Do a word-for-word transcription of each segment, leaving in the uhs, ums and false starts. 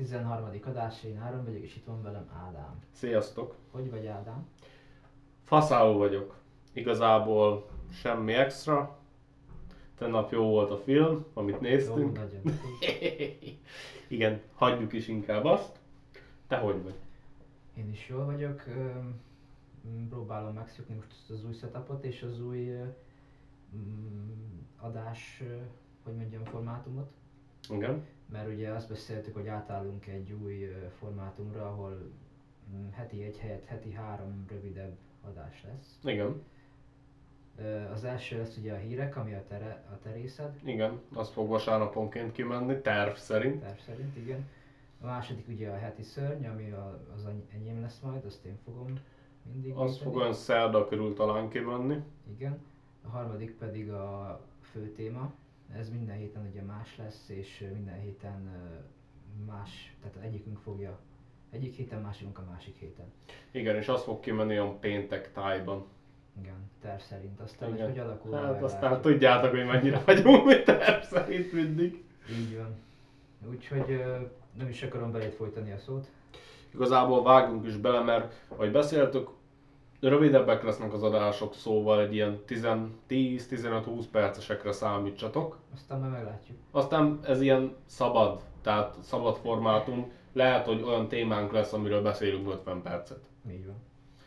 tizenharmadik adás, én Áron vagyok, és itt van velem Ádám. Sziasztok! Hogy vagy, Ádám? Faszául vagyok. Igazából semmi extra. Tegnap jó volt a film, amit Jó, néztünk. nagyon. Igen, hagyjuk is inkább azt. Te hogy vagy? Én is jól vagyok. öm, m, Próbálom megszokni most ezt az új setupot és az új ö, mm, adás, ö, hogy mondjam, formátumot. Igen. Mert ugye azt beszéltük, hogy átállunk egy új ö, formátumra, ahol mm, heti egy helyett heti három rövidebb adás lesz. Igen. Ö, Az első lesz ugye a hírek, ami a, tere, a terészed. Igen. Az fog vasárnaponként kimenni, terv szerint. Terv szerint, igen. A második ugye a heti szörny, ami a, az any- enyém lesz majd, azt én fogom mindig Az nézni. fog olyan szerda körül talán kimenni. Igen. A harmadik pedig a fő téma. Ez minden héten ugye más lesz, és ö, minden héten ö, más, tehát egyikünk fogja, egyik héten másikunk a másik héten. Igen, és az fog kimenni olyan péntek tájban. Igen, terv szerint. Aztán, hogy Igen. hogy alakul, Hát aztán meglátjuk. tudjátok, hogy mennyire vagyunk mi terv szerint mindig. Így van. Úgyhogy ö, nem is akarom beléd folytani a szót. Igazából vágunk is bele, mert ahogy beszéltük, rövidebbek lesznek az adások, szóval egy ilyen tíz-tizenöt-húsz percesekre számítsatok. Aztán majd meglátjuk. Aztán ez ilyen szabad, tehát szabad formátum. Lehet, hogy olyan témánk lesz, amiről beszélünk ötven percet. Így van.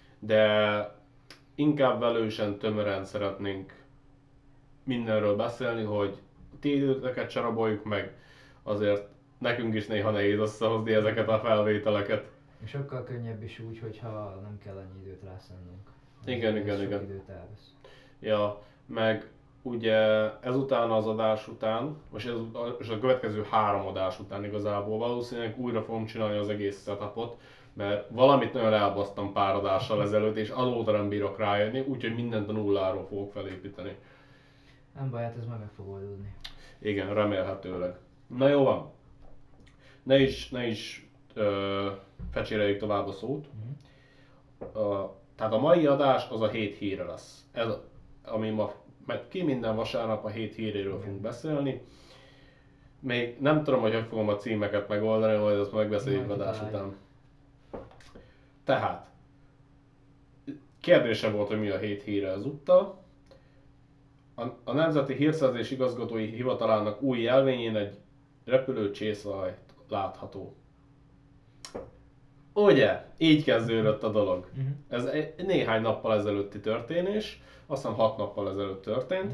De inkább velősen, tömören szeretnénk mindenről beszélni, hogy ti időteket se raboljuk meg. Azért nekünk is néha nehéz összehozni ezeket a felvételeket. És sokkal könnyebb is úgy, hogyha nem kell annyi időt rászánnunk. Igen, Ez igen, sok igen. időt elvesz. Ja, meg ugye ezután az adás után, most ez, és a következő három adás után igazából valószínűleg újra fogom csinálni az egész setupot, mert valamit nagyon elbasztam pár adással ezelőtt, és azóta nem bírok rájönni, úgyhogy mindent a nulláról fogok felépíteni. Nem baj, hát ez majd meg fog oldódni. Igen, remélhetőleg. Na jó van. Ne is, ne is ö, fecséreljük tovább a szót. Mhm. A, tehát a mai adás az a hét híre lesz. Ez, ami ma megy ki, minden vasárnap a hét híréről Igen. fogunk beszélni. Még nem tudom, hogy hogy fogom a címeket megoldani, majd azt megbeszéljük Majd adás kitaláljuk. után. Tehát, kérdése volt, hogy mi a hét híre ezúttal. A, a Nemzeti Hírszerzés Igazgatói Hivatalának új jelvényén egy repülő csészaj látható. Ugye? Így kezdődött a dolog. Mhm. Ez egy néhány nappal ezelőtti történés, aztán hat nappal ezelőtt történt, Mhm.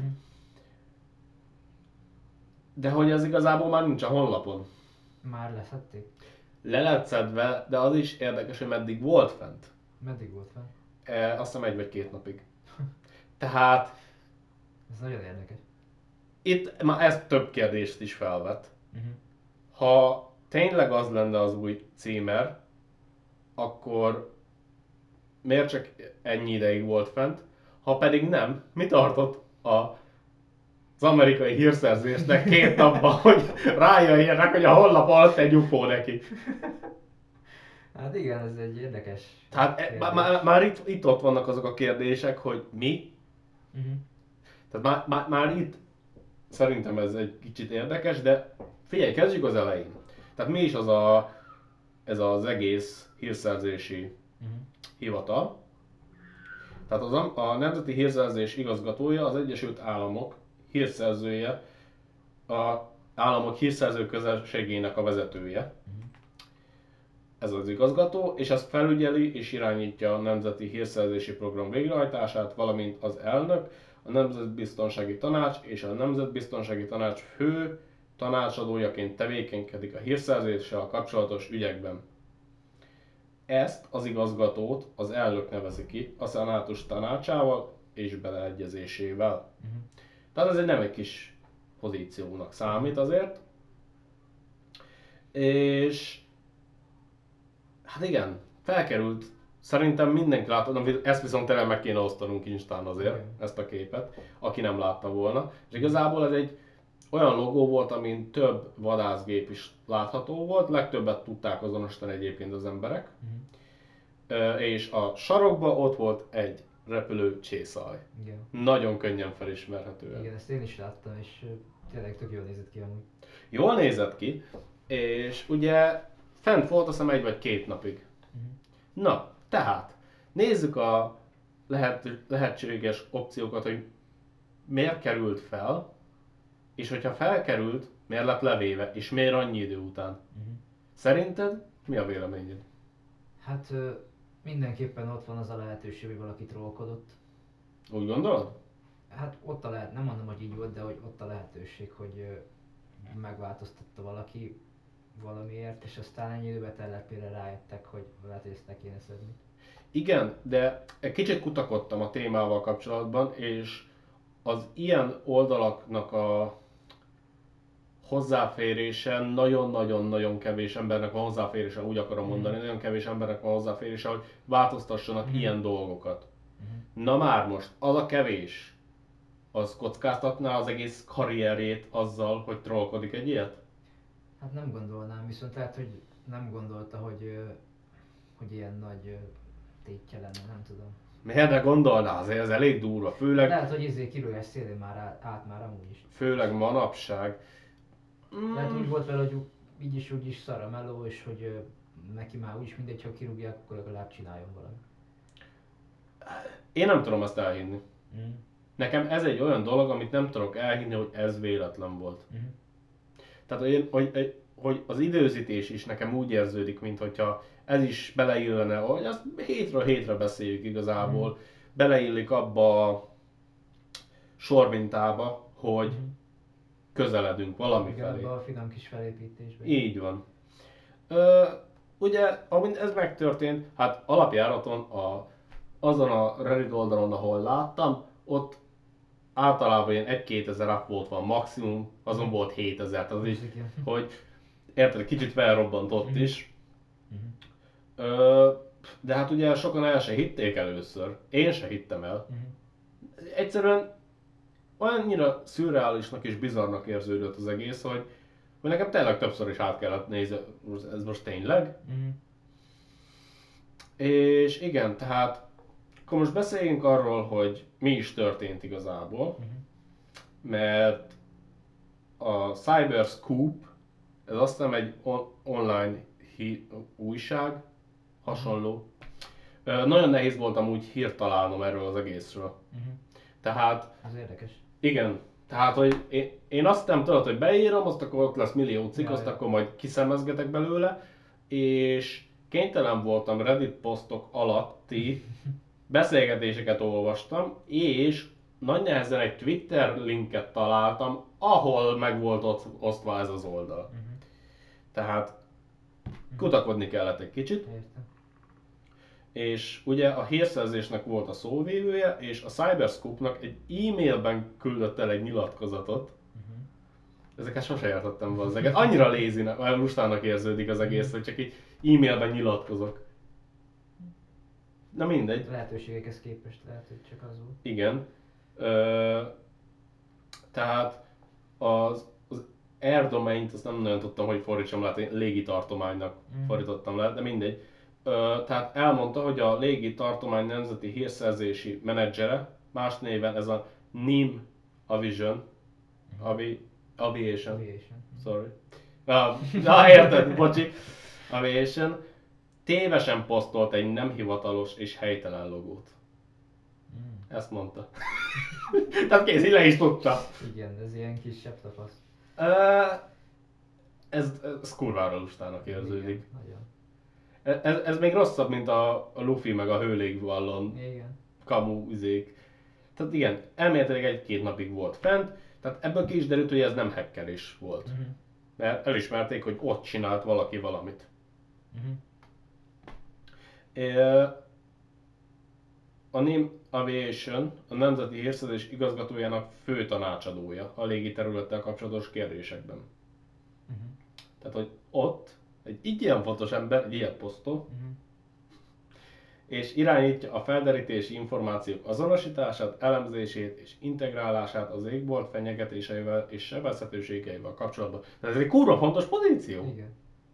de hogy ez igazából már nincs a honlapon. Már leszették? Le lett szedve, de az is érdekes, hogy meddig volt fent. Meddig volt fel? E, azt hiszem egy vagy két napig. Tehát Ez nagyon érdekes. itt már ez több kérdést is felvet. Mhm. Ha tényleg az lenne az új címer, akkor miért csak ennyi ideig volt fent? Ha pedig nem, mi tartott a, az amerikai hírszerzésnek két napban, hogy rájöjjenek, hogy a honlap alatt egy ufó neki? Hát igen, ez egy érdekes Tehát e, kérdés. már, már itt, itt ott vannak azok a kérdések, hogy mi? Mhm. Tehát már, már, már itt szerintem ez egy kicsit érdekes, de figyelj, kezdjük az elején. Tehát mi is az a, ez az egész hírszerzési Mhm. hivatal? Tehát az, am- a Nemzeti Hírszerzés igazgatója az Egyesült Államok hírszerzője, a államok hírszerző közösségének a vezetője. Mhm. Ez az igazgató, és ez felügyeli és irányítja a Nemzeti Hírszerzési Program végrehajtását, valamint az elnök, a Nemzetbiztonsági Tanács és a Nemzetbiztonsági Tanács fő tanácsadójaként tevékenykedik a hírszerzéssel kapcsolatos ügyekben. Ezt az igazgatót az elnök nevezi ki a szenátus tanácsával és beleegyezésével. Mhm. Tehát ez egy nem egy kis pozíciónak számít azért. És hát igen, felkerült. Szerintem mindenki látta, na, ezt viszont tényleg meg kéne osztanunk Instán azért, Igen. ezt a képet, aki nem látta volna. És igazából ez egy olyan logó volt, amin több vadászgép is látható volt, legtöbbet tudták azonosítani egyébként az emberek. Mhm. Ö, és a sarokban ott volt egy repülő csészaj. Igen. Nagyon könnyen felismerhetően. Igen, ezt én is láttam, és ö, tényleg tök jól nézett ki amúgy. Jól nézett ki, és ugye Fent volt azt hiszem egy vagy két napig. Uh-huh. Na, tehát nézzük a lehet, lehetséges opciókat, hogy miért került fel, és hogyha felkerült, miért lett levéve, és miért annyi idő után. Uh-huh. Szerinted mi a véleményed? Hát ö, mindenképpen ott van az a lehetőség, hogy valaki trollkodott. Úgy gondolod? Hát ott a lehet, nem mondom, hogy így volt, de hogy ott a lehetőség, hogy ö, megváltoztatta valaki valamiért, és aztán ennyi időbe tellett, például rájöttek, hogy lehet, hogy ezt ne kéne szedni. Igen, de egy kicsit kutakodtam a témával kapcsolatban, és az ilyen oldalaknak a hozzáférése nagyon-nagyon-nagyon kevés embernek van hozzáférése, úgy akarom mondani, Mhm. nagyon kevés embernek van hozzáférése, hogy változtassanak Mhm. ilyen dolgokat. Uh-huh. Na már most, az a kevés, az kockáztatná az egész karrierjét azzal, hogy trollkodik egy ilyet? Hát nem gondolnám, viszont lehet, hogy nem gondolta, hogy, ö, hogy ilyen nagy ö, tétje lenne, nem tudom. Miért ne gondolná? Azért ez elég durva, főleg, Lehet, hogy izé kirúgás szélén már át, át már amúgy is. főleg manapság. Lehet Mm, úgy volt vele, hogy így is úgy is szar a meló, és hogy ö, neki már úgyis mindegy, ha kirúgják, akkor legalább csináljon valamit. Én nem tudom azt elhinni. Mm. Nekem ez egy olyan dolog, amit nem tudok elhinni, hogy ez véletlen volt. Mm. Tehát, hogy, hogy, hogy az időzítés is nekem úgy érződik, mintha ez is beleillene, hogy azt hétről hétre beszéljük igazából, Mhm. beleillik abba a sormintába, hogy Mhm. közeledünk valami Igen, felé. abban a finom kis felépítésben. Így van. Ö, ugye, amint ez megtörtént, hát alapjáraton a, azon a Reddit oldalon, ahol láttam, ott általában ilyen egy-kétezer upvote van maximum, azon volt hétezer, tehát az is, Igen. hogy érted, kicsit felrobbant ott Mhm. is. Mhm. Ö, de hát ugye sokan el se hitték először, én se hittem el. Mhm. Egyszerűen olyannyira szürreálisnak és bizarrnak érződött az egész, hogy, hogy nekem tényleg többször is át kellett nézni, ez most tényleg. Mhm. És igen, tehát akkor most beszéljünk arról, hogy mi is történt igazából, Mhm. mert a Cyberscoop, ez azt hiszem egy on- online hí- újság, hasonló. Ö, Nagyon nehéz volt amúgy hírt találnom erről az egészről. Mhm. Tehát Ez érdekes. igen, tehát hogy én, én azt nem tudod, hogy beírom, azt akkor ott lesz millió cikk, Ja, azt ja. akkor majd kiszemezgetek belőle, és kénytelen voltam Reddit posztok alatti beszélgetéseket olvastam, és nagy nehezen egy Twitter linket találtam, ahol meg volt ott osztva ez az oldal. Mhm. Tehát kutakodni kellett egy kicsit, Értem. és ugye a hírszerzésnek volt a szóvívője, és a Cyberscoopnak egy e-mailben küldött el egy nyilatkozatot. Mhm. Ezeket sose értettem be ezeket. Annyira lézinek, vagy lustának érződik az egész, hogy csak így e-mailben nyilatkozok. Na mindegy. Lehetőségekhez képest lehet, hogy csak az volt. Igen. Ö, tehát az, az air domaint, azt nem nagyon tudtam, hogy fordítsam le, hát légitartománynak Mhm. fordítottam le, de mindegy. Ö, tehát elmondta, hogy a légitartomány nemzeti hírszerzési menedzsere, más néven ez a N I M Aviation, Avi, Aviation, Aviation. sorry. Na, na érted, bocsi. Aviation tévesen posztolt egy nem hivatalos és helytelen logót. Mm. Ezt mondta. Tehát kész, így le is tudta. Igen, ez ilyen kis septapasz. Ö, ez, ez kurvára lustának érződik. Igen, nagyon. Ez, ez még rosszabb, mint a, a Luffy meg a hőlégvallon Igen. kamu izék. Tehát igen, elméletileg egy-két napig volt fent, tehát ebből ki is derült, hogy ez nem hackerés volt. Mhm. Mert elismerték, hogy ott csinált valaki valamit. Mhm. Ö, A N I M Aviation a Nemzeti Hírszerzés igazgatójának fő tanácsadója a légiterülettel kapcsolatos kérdésekben. Mhm. Tehát, hogy ott egy ilyen fontos ember, egy ilyet posztol, Mhm. és irányítja a felderítési információk azonosítását, elemzését és integrálását az égbolt fenyegetéseivel és sebezhetőségeivel kapcsolatban. Tehát ez egy kurva fontos pozíció. Igen.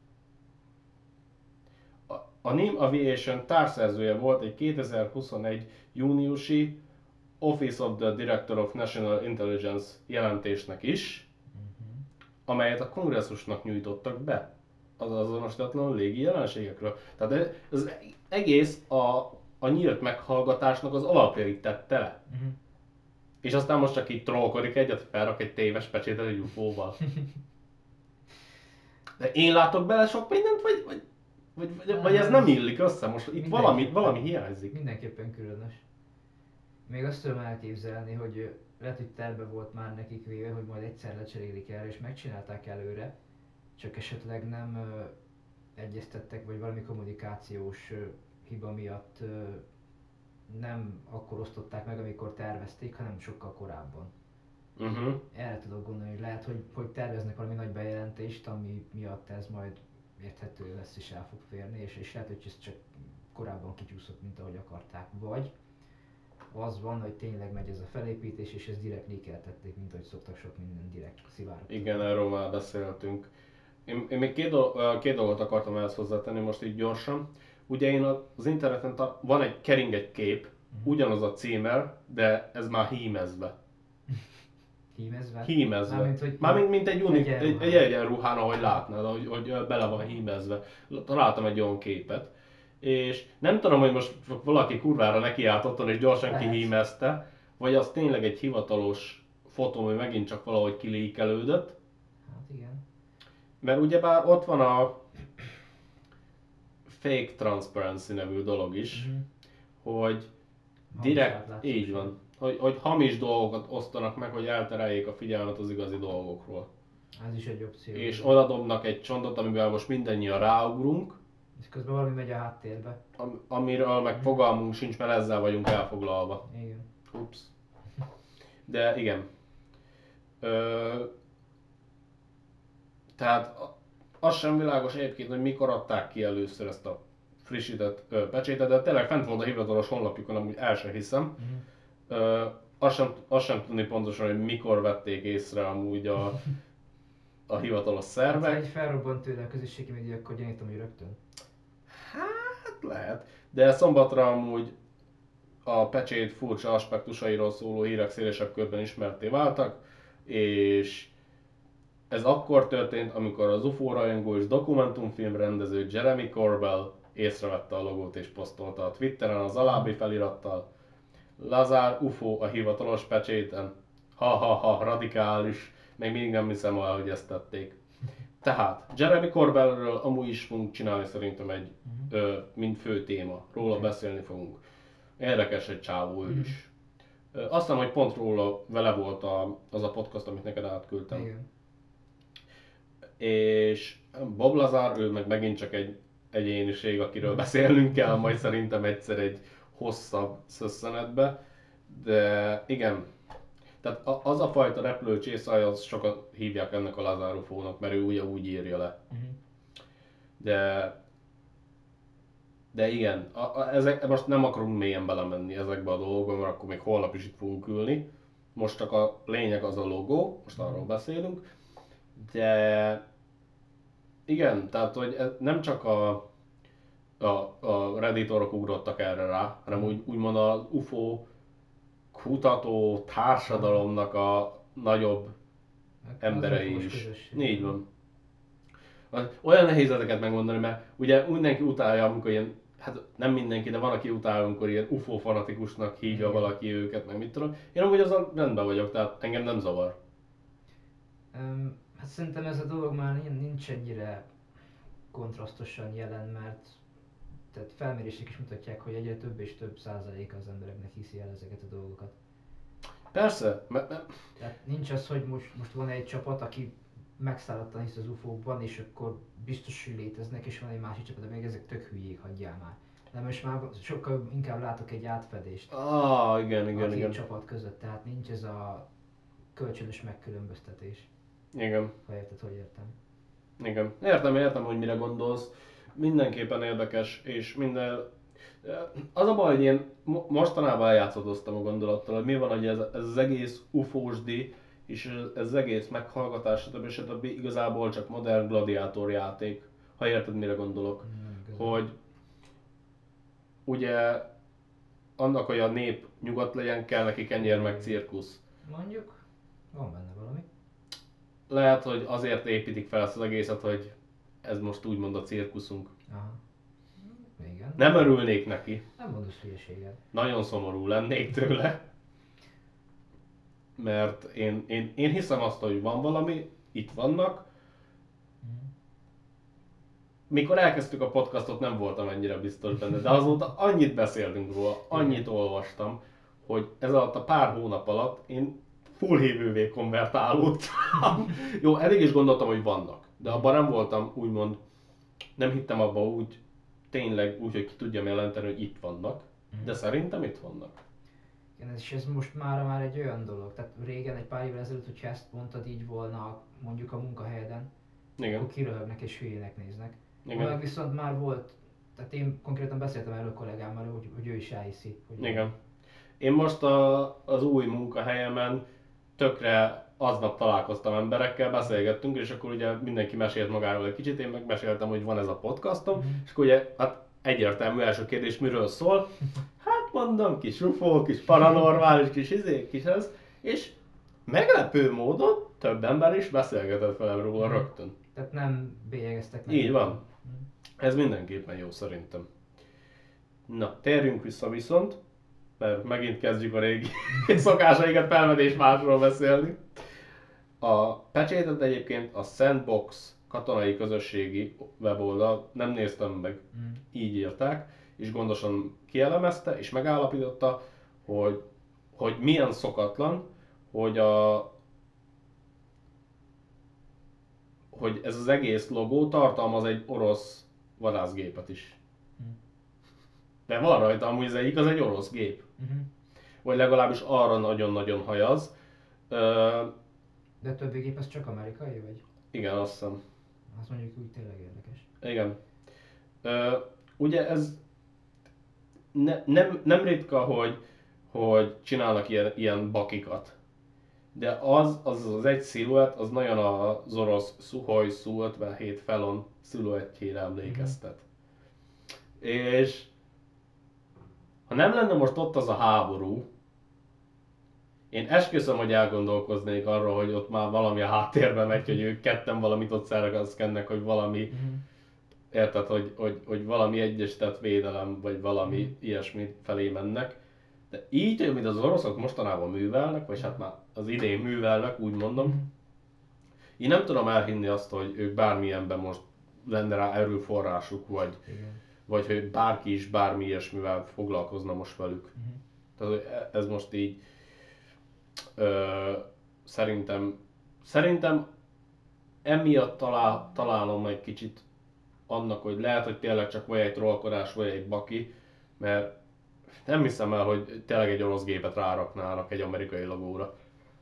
A, a N I M Aviation társszerzője volt egy kétezer-huszonegy júniusi Office of the Director of National Intelligence jelentésnek is, Mhm. amelyet a kongresszusnak nyújtottak be. az azonosítatlan légi jelenségekről. Tehát ez egész a, a nyílt meghallgatásnak az alapjait tette le. Uh-huh. És aztán most csak így trollkodik egyet, felrak egy téves pecsétet egy ufóval. De én látok bele sok mindent, vagy, vagy, vagy, vagy, vagy ez nem illik össze? Most itt valami, valami hiányzik. Mindenképpen különös. Még azt tudom elképzelni, hogy lehet, hogy terve volt már nekik véve, hogy majd egyszer lecserélik erre, és megcsinálták előre, csak esetleg nem ö, egyeztettek, vagy valami kommunikációs ö, hiba miatt ö, nem akkor osztották meg, amikor tervezték, hanem sokkal korábban. Uh-huh. Erre tudok gondolni, hogy lehet, hogy, hogy terveznek valami nagy bejelentést, ami miatt ez majd érthető lesz és el fog férni, és, és lehet, hogy ez csak korábban kicsúszott, mint ahogy akarták. Vagy az van, hogy tényleg megy ez a felépítés, és ezt direkt lékeltették, mint ahogy szoktak sok minden direkt szivárogtatni. Igen, erről már beszéltünk. Én, én még két, dolog, két dolgot akartam ehhez hozzátenni most így gyorsan. Ugye én az interneten ta, van egy kering egy kép, uh-huh. ugyanaz a címer, de ez már hímezve. Hímezve? Hímezve. Mármint, hogy Mármint mint egy, uni, egy, egy egyenruhán, ahogy látnád, hogy, hogy bele van hímezve. Találtam egy olyan képet. És nem tudom, hogy most valaki kurvára nekiállt otthon és gyorsan Lehet. kihímezte, vagy az tényleg egy hivatalos fotó, ami megint csak valahogy kilékelődött. Hát igen. Mert ugyebár ott van a fake transparency nevű dolog is, mm-hmm. hogy direkt, így van, hogy, hogy hamis dolgokat osztanak meg, hogy eltereljék a figyelmet az igazi dolgokról. Ez is egy opció. És oda dobnak egy csontot, amivel most mindannyian ráugrunk. És közben valami megy a háttérbe. Am- amiről meg fogalmunk sincs, mert ezzel vagyunk elfoglalva. Igen. Ups. De igen. Ö, tehát az sem világos egyébként, hogy mikor adták ki először ezt a frissített ö, pecsétet, de tényleg fent volt a hivatalos honlapjukon, amúgy el sem hiszem. Uh-huh. Ö, azt, sem, azt sem tudni pontosan, hogy mikor vették észre amúgy a, a hivatalos szervek. Hát, ha egy felrobbant tőle a közösségi média, akkor gyanítom, hogy rögtön. Hát lehet, de szombatra amúgy a pecsét furcsa aspektusairól szóló hírek szélesebb körben ismerté váltak, és ez akkor történt, amikor az u f o rajongó és dokumentumfilm rendező Jeremy Corbell észrevette a logót és posztolta a Twitteren az alábbi felirattal: Lazár u f o a hivatalos pecséten. Ha-ha-ha, radikális. Még mindig nem hiszem el, hogy ezt tették. Tehát Jeremy Corbellről amúgy is fogunk csinálni szerintem egy, uh-huh. ö, mint fő téma. Róla okay. beszélni fogunk. Érdekes egy csávó ő uh-huh. is. Ö, azt hiszem, hogy pont róla vele volt a, az a podcast, amit neked átküldtem. Igen. És Bob Lazar, ő meg megint csak egy egyéniség, akiről beszélnünk kell majd szerintem egyszer egy hosszabb szösszenetbe. De igen, tehát az a fajta repülő csészaj, az sokan hívják ennek a Lazar u f o-nak, mert ő ugye úgy írja le. Uh-huh. De, de igen, a, a, ezek, most nem akarunk mélyen belemenni ezekbe a dolgokba, mert akkor még holnap is itt fogunk ülni. Most csak a lényeg az a logó, most arról beszélünk. De igen, tehát hogy nem csak a, a, a redditorok ugrottak erre rá, hanem úgy, úgymond az u f o kutató társadalomnak a nagyobb hát, emberei is. Így van. Olyan nehéz ezeket megmondani, mert ugye mindenki utálja, amikor ilyen, hát nem mindenki, de van, aki utálja, amikor ilyen u f o fanatikusnak hívja igen. valaki őket, meg mit tudom. Én amúgy azzal rendben vagyok, tehát engem nem zavar. Um, hát szerintem ez a dolog már nincs ennyire kontrasztosan jelen, mert tehát felmérések is mutatják, hogy egyre több és több százaléka az embereknek hiszi el ezeket a dolgokat. Persze. Me- me- Tehát nincs az, hogy most, most van egy csapat, aki megszállottan hisz az u f o-kban, és akkor biztos, hogy léteznek, és van egy másik csapat, de még ezek tök hülyék, hagyjál már. De most már sokkal inkább látok egy átfedést ah, igen, igen, a két igen. csapat között, tehát nincs ez a kölcsönös megkülönböztetés. Igen. Ha érted, hogy értem. Igen. Értem, értem, hogy mire gondolsz. Mindenképpen érdekes, és minden... Az a baj, hogy én mostanában eljátszadoztam a gondolattal, hogy mi van, hogy ez, ez az egész ufósdi, és ez az egész meghallgatás, stb. stb. Igazából csak modern gladiátor játék, ha érted, mire gondolok. Mm, hogy ugye annak, hogy a nép nyugodt legyen, kell neki kenyér meg cirkusz. Mondjuk, van benne valami. Lehet, hogy azért építik fel ezt az egészet, hogy ez most úgymond a cirkuszunk. Aha. Igen. Nem örülnék neki. Nem mondasz hülyeséget. Nagyon szomorú lennék tőle. Mert én, én, én hiszem azt, hogy van valami, itt vannak. Mikor elkezdtük a podcastot, nem voltam ennyire biztos benne, de azóta annyit beszéltünk róla, annyit olvastam, hogy ez alatt a pár hónap alatt én full hívővé konvertálódtam. Jó, eddig is gondoltam, hogy vannak, de abban nem voltam úgymond, nem hittem abba úgy, tényleg úgy, hogy ki tudjam jelenteni, hogy itt vannak, de szerintem itt vannak. Igen, és ez most már, már egy olyan dolog, tehát régen, egy pár évvel ezelőtt, hogyha ezt mondtad így volna mondjuk a munkahelyeden, Igen. akkor kiröhögnek és hülyének néznek. Igen. Meg viszont már volt, tehát én konkrétan beszéltem erről a kollégámmal, hogy, hogy ő is elhiszi. Hogy Igen. Én most a, az új munkahelyemen tökre aznap találkoztam emberekkel, beszélgettünk, és akkor ugye mindenki mesélt magáról egy kicsit, én meg meséltem, hogy van ez a podcastom, mm. és akkor ugye hát egyértelmű első kérdés, miről szól? Hát mondom, kis ufó, kis paranormális, kis izé, kis ez, és meglepő módon több ember is beszélgetett velem róla rögtön. Tehát nem bélyegeztek meg. Így van. Ez mindenképpen jó szerintem. Na, térjünk vissza viszont, mert megint kezdjük a régi szokásaikat felvedés másról beszélni. A pecsétet egyébként a Sandbox katonai közösségi weboldal, nem néztem meg, mm. így írták, és gondosan kielemezte, és megállapította, hogy, hogy milyen szokatlan, hogy a hogy ez az egész logó tartalmaz egy orosz vadászgépet is. Mm. De van rajta amúgy ez egy, az egy orosz gép. Mm-hmm. Vagy legalábbis arra nagyon-nagyon hajaz. Ö... De a többi gép az csak amerikai vagy? Igen, azt hiszem. Azt mondjuk úgy tényleg érdekes. Igen. Ö, ugye ez ne, nem, nem ritka, hogy, hogy csinálnak ilyen, ilyen bakikat. De az, az az egy sziluett, az nagyon az orosz Sukhoi Su ötvenhét Felon sziluettjére emlékeztet. Mm-hmm. És ha nem lenne most ott az a háború, én esküszöm, hogy elgondolkoznék arról, hogy ott már valami a háttérben megy, hogy ők ketten valamit ott szerkezkednek, hogy valami, mm-hmm. érted, hogy, hogy, hogy valami egyesített védelem, vagy valami mm-hmm. ilyesmi felé mennek. De így, amit az oroszok mostanában művelnek, vagy hát már az idén művelnek, úgy mondom, mm-hmm. én nem tudom elhinni azt, hogy ők bármilyenben most lenne rá erőforrásuk, vagy, vagy hogy bárki is bármi ilyesmivel foglalkozna most velük. Mm-hmm. Tehát ez most így Ö, szerintem, szerintem emiatt talál, találom egy kicsit annak, hogy lehet, hogy tényleg csak vagy egy trollkodás, vagy egy baki, mert nem hiszem el, hogy tényleg egy orosz gépet ráraknának egy amerikai logóra.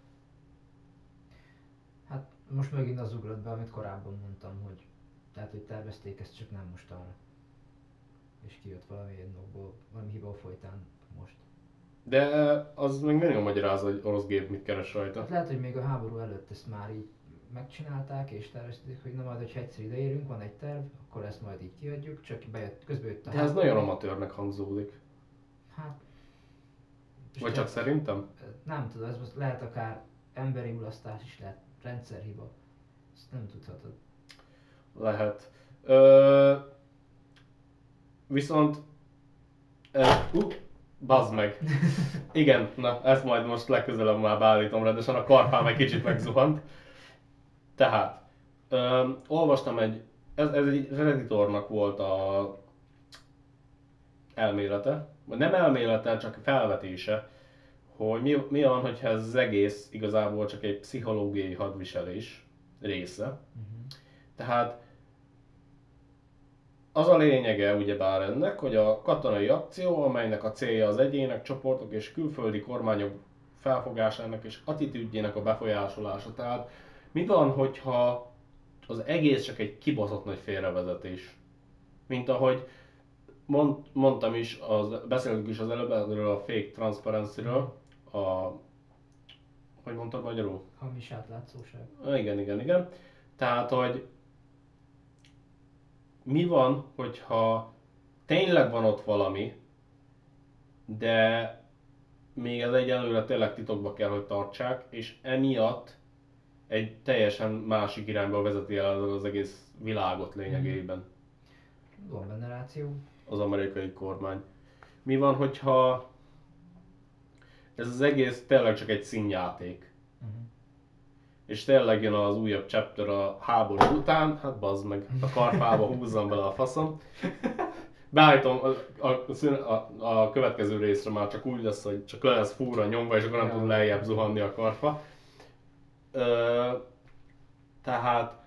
Hát most megint az ugrott be, amit korábban mondtam, hogy tehát, hogy tervezték ezt, csak nem mostanra. És kijött valami egy nokból, valami hiba folytán most. De az még nagyon magyarázza, hogy orosz gép mit keres rajta. Hát lehet, hogy még a háború előtt ezt már így megcsinálták és tervezték, hogy na majd, hogyha egyszer ideérünk, van egy terv, akkor ezt majd így kiadjuk, csak bejött, közben jött a De ez nagyon amatőrnek hangzódik. Hát... Vagy csak szerintem? Nem tudom, ez most lehet akár emberi mulasztás is, lehet rendszerhiba. Ezt nem tudhatod. Lehet. Ö... Viszont... Ez... Uh. Bazd meg. Igen, na ezt majd most legközelebb már beállítom rendesen, a karpám egy kicsit megzuhant. Tehát, ö, olvastam egy, ez, ez egy Redditornak volt a elmélete, vagy nem elmélete, csak felvetése, hogy mi, mi van, hogyha ez az egész igazából csak egy pszichológiai hadviselés része. Uh-huh. Tehát az a lényege ugyebár ennek, hogy a katonai akció, amelynek a célja az egyének, csoportok és külföldi kormányok felfogásának és attitűdjének a befolyásolása. Tehát mi van, hogyha az egész csak egy kibaszott nagy félrevezetés? Mint ahogy mond, mondtam is, az, beszéltünk is az előbb erről a fake transparency-ről, a... hogy mondtad magyarul? Hamis átlátszóság. Igen, igen, igen. Tehát, hogy mi van, hogyha tényleg van ott valami, de még ez egyelőre tényleg titokba kell, hogy tartsák, és emiatt egy teljesen másik irányba vezeti el az egész világot lényegében. Van benne ráció. Az amerikai kormány. Mi van, hogyha ez az egész tényleg csak egy színjáték? Uh-huh. És tényleg jön az újabb chapter a háború után, hát bazd meg, a karfába húzzam bele a faszom. Beállítom a, a, a, a következő részre már csak úgy lesz, hogy csak le lesz fúra nyomva, és akkor nem tud lejjebb zuhanni a karfa. Ö, tehát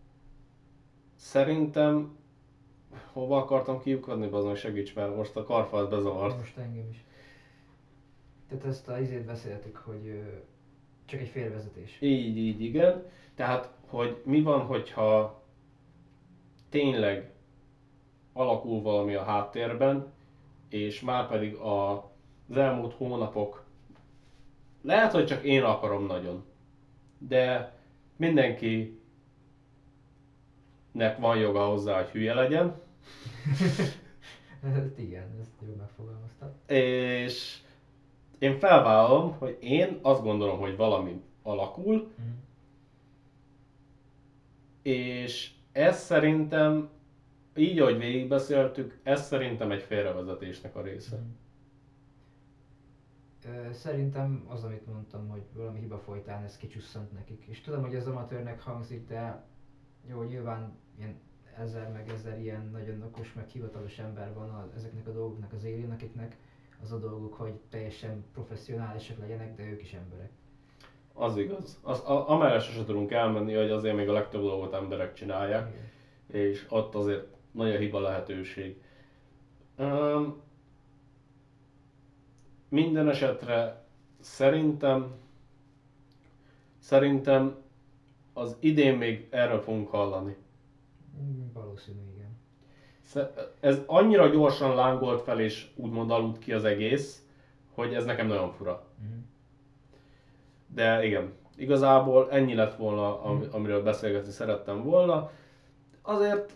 szerintem hova akartam kiukadni, bazd meg, segíts, mert most a karfa az bezavart. Most engem is. Tehát ezt a izét beszéltük, hogy ö, csak egy félvezetés. Így, így, igen. Tehát, hogy mi van, hogyha tényleg alakul valami a háttérben, és már pedig a, az elmúlt hónapok, lehet, hogy csak én akarom nagyon, de mindenkinek van joga hozzá, hogy hülye legyen. Hát igen, ezt jól megfogalmaztad. És én felvállalom, hogy én azt gondolom, hogy valami alakul, Uh-huh. és ez szerintem, így ahogy végigbeszéltük, ez szerintem egy félrevezetésnek a része. Uh-huh. Szerintem az, amit mondtam, hogy valami hiba folytán ez kicsusszant nekik. És tudom, hogy ez amatőrnek hangzik, de jó, nyilván ilyen ezer meg ezer ilyen nagyon okos meg hivatalos ember van a, ezeknek a dolgoknak az élén, akiknek az a dolguk, hogy teljesen professzionálisak legyenek, de ők is emberek. Az igaz. Az, a, amellett se tudunk elmenni, hogy azért még a legtöbb dolgot emberek csinálják, igen. És ott azért nagy a hiba lehetőség. Um, minden esetre szerintem szerintem az idén még erről fogunk hallani. Valószínű, igen. Ez annyira gyorsan lángolt fel és úgymond aludt ki az egész, hogy ez nekem nagyon fura. Uh-huh. De igen, igazából ennyi lett volna, am- amiről beszélgetni szerettem volna. Azért,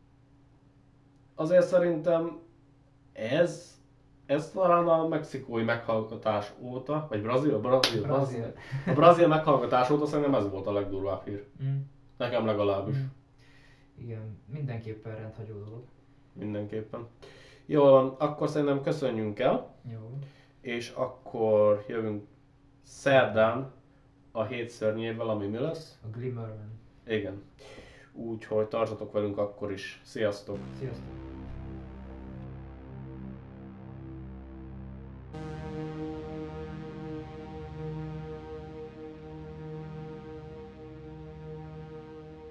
azért szerintem ez, ez talán a mexikói meghallgatás óta, vagy brazil, brazil, brazil. A brazil meghallgatás óta szerintem ez volt a legdurvább hír. Mm. Nekem legalábbis. Mm. Igen, mindenképpen rendhagyó dolog. Mindenképpen. Jól van, akkor szerintem köszönjünk el. Jó. És akkor jövünk szerdán a hét szörnyével, ami mi lesz? A Glimmerman. Igen. Úgyhogy tartsatok velünk akkor is. Sziasztok! Sziasztok!